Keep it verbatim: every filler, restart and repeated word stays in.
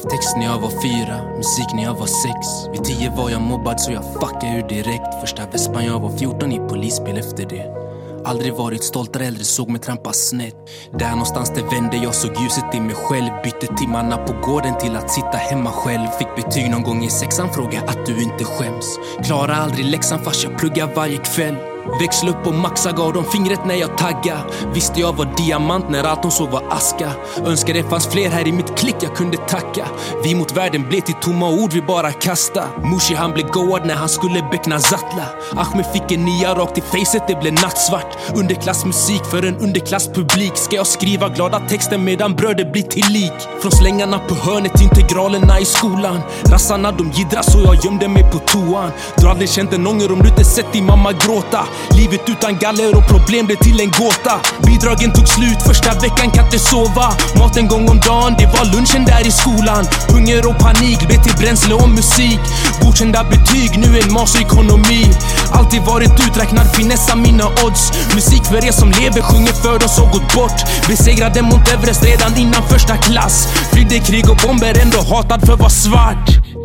text när jag var fyra, musik när jag var sex. Vid tio var jag mobbad så jag fuckade ur direkt. Första vespan jag var fjorton i polisbil efter det. Aldrig varit stoltare, äldre såg mig trampa snett. Där någonstans det vände, jag såg ljuset i mig själv. Bytte timmarna på gården till att sitta hemma själv. Fick betyg någon gång i sexan, fråga att du inte skäms. Klara aldrig läxan fast jag pluggar varje kväll. Växla upp och maxa, gav dem fingret när jag tagga. Visste jag var diamant när allt de såg var aska. Önskade det fanns fler här i mitt klick jag kunde tacka. Vi mot världen blev till tomma ord vi bara kasta. Mushi han blev goad när han skulle beckna Zatla. Ahmed fick en nia rakt i facet, det blev nattsvart. Underklassmusik för en underklasspublik. Ska jag skriva glada texter medan bröder blir till lik. Från slängarna på hörnet till integralerna i skolan. Rassarna de gidras så jag gömde mig på toan. Du aldrig känt en ånger om du inte sett din mamma gråta. Livet utan galler och problem blev till en gåta. Bidragen tog slut, första veckan kan inte sova. Mat en gång om dagen, det var lunchen där i skolan. Hunger och panik blev till bränsle och musik. Godkända betyg, nu en masterekonomi. Alltid varit uträknad, finessa mina odds. Musik för er som lever, sjunger för de som gått bort. Besegrade mot Everest redan innan första klass. Flydde krig och bomber, ändå hatad för att vara svart.